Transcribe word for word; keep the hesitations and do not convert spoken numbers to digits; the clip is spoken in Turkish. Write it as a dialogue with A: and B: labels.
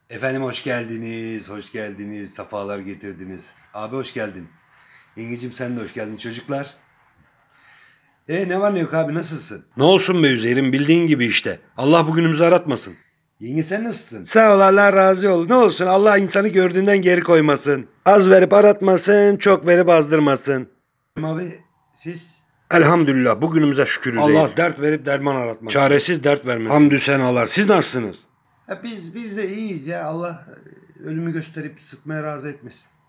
A: Efendim hoş geldiniz, hoş geldiniz, safalar getirdiniz. Abi hoş geldin. Yengecim sen de hoş geldin çocuklar. E ne var ne yok abi nasılsın?
B: Ne olsun be Üzeyir'im, bildiğin gibi işte. Allah bugünümüzü aratmasın.
A: Yenge sen nasılsın?
B: Sağ ol, Allah razı ol. Ne olsun, Allah insanı gördüğünden geri koymasın. Az verip aratmasın, çok verip azdırmasın.
A: Abi siz?
B: Elhamdülillah bugünümüze şükür Üzeyir.
A: Allah dert verip derman aratmasın.
B: Çaresiz dert vermesin. Hamdü senalar. Siz nasılsınız?
A: Ha, biz biz de iyiyiz ya Allah ölümü gösterip sıtmaya razı etmesin.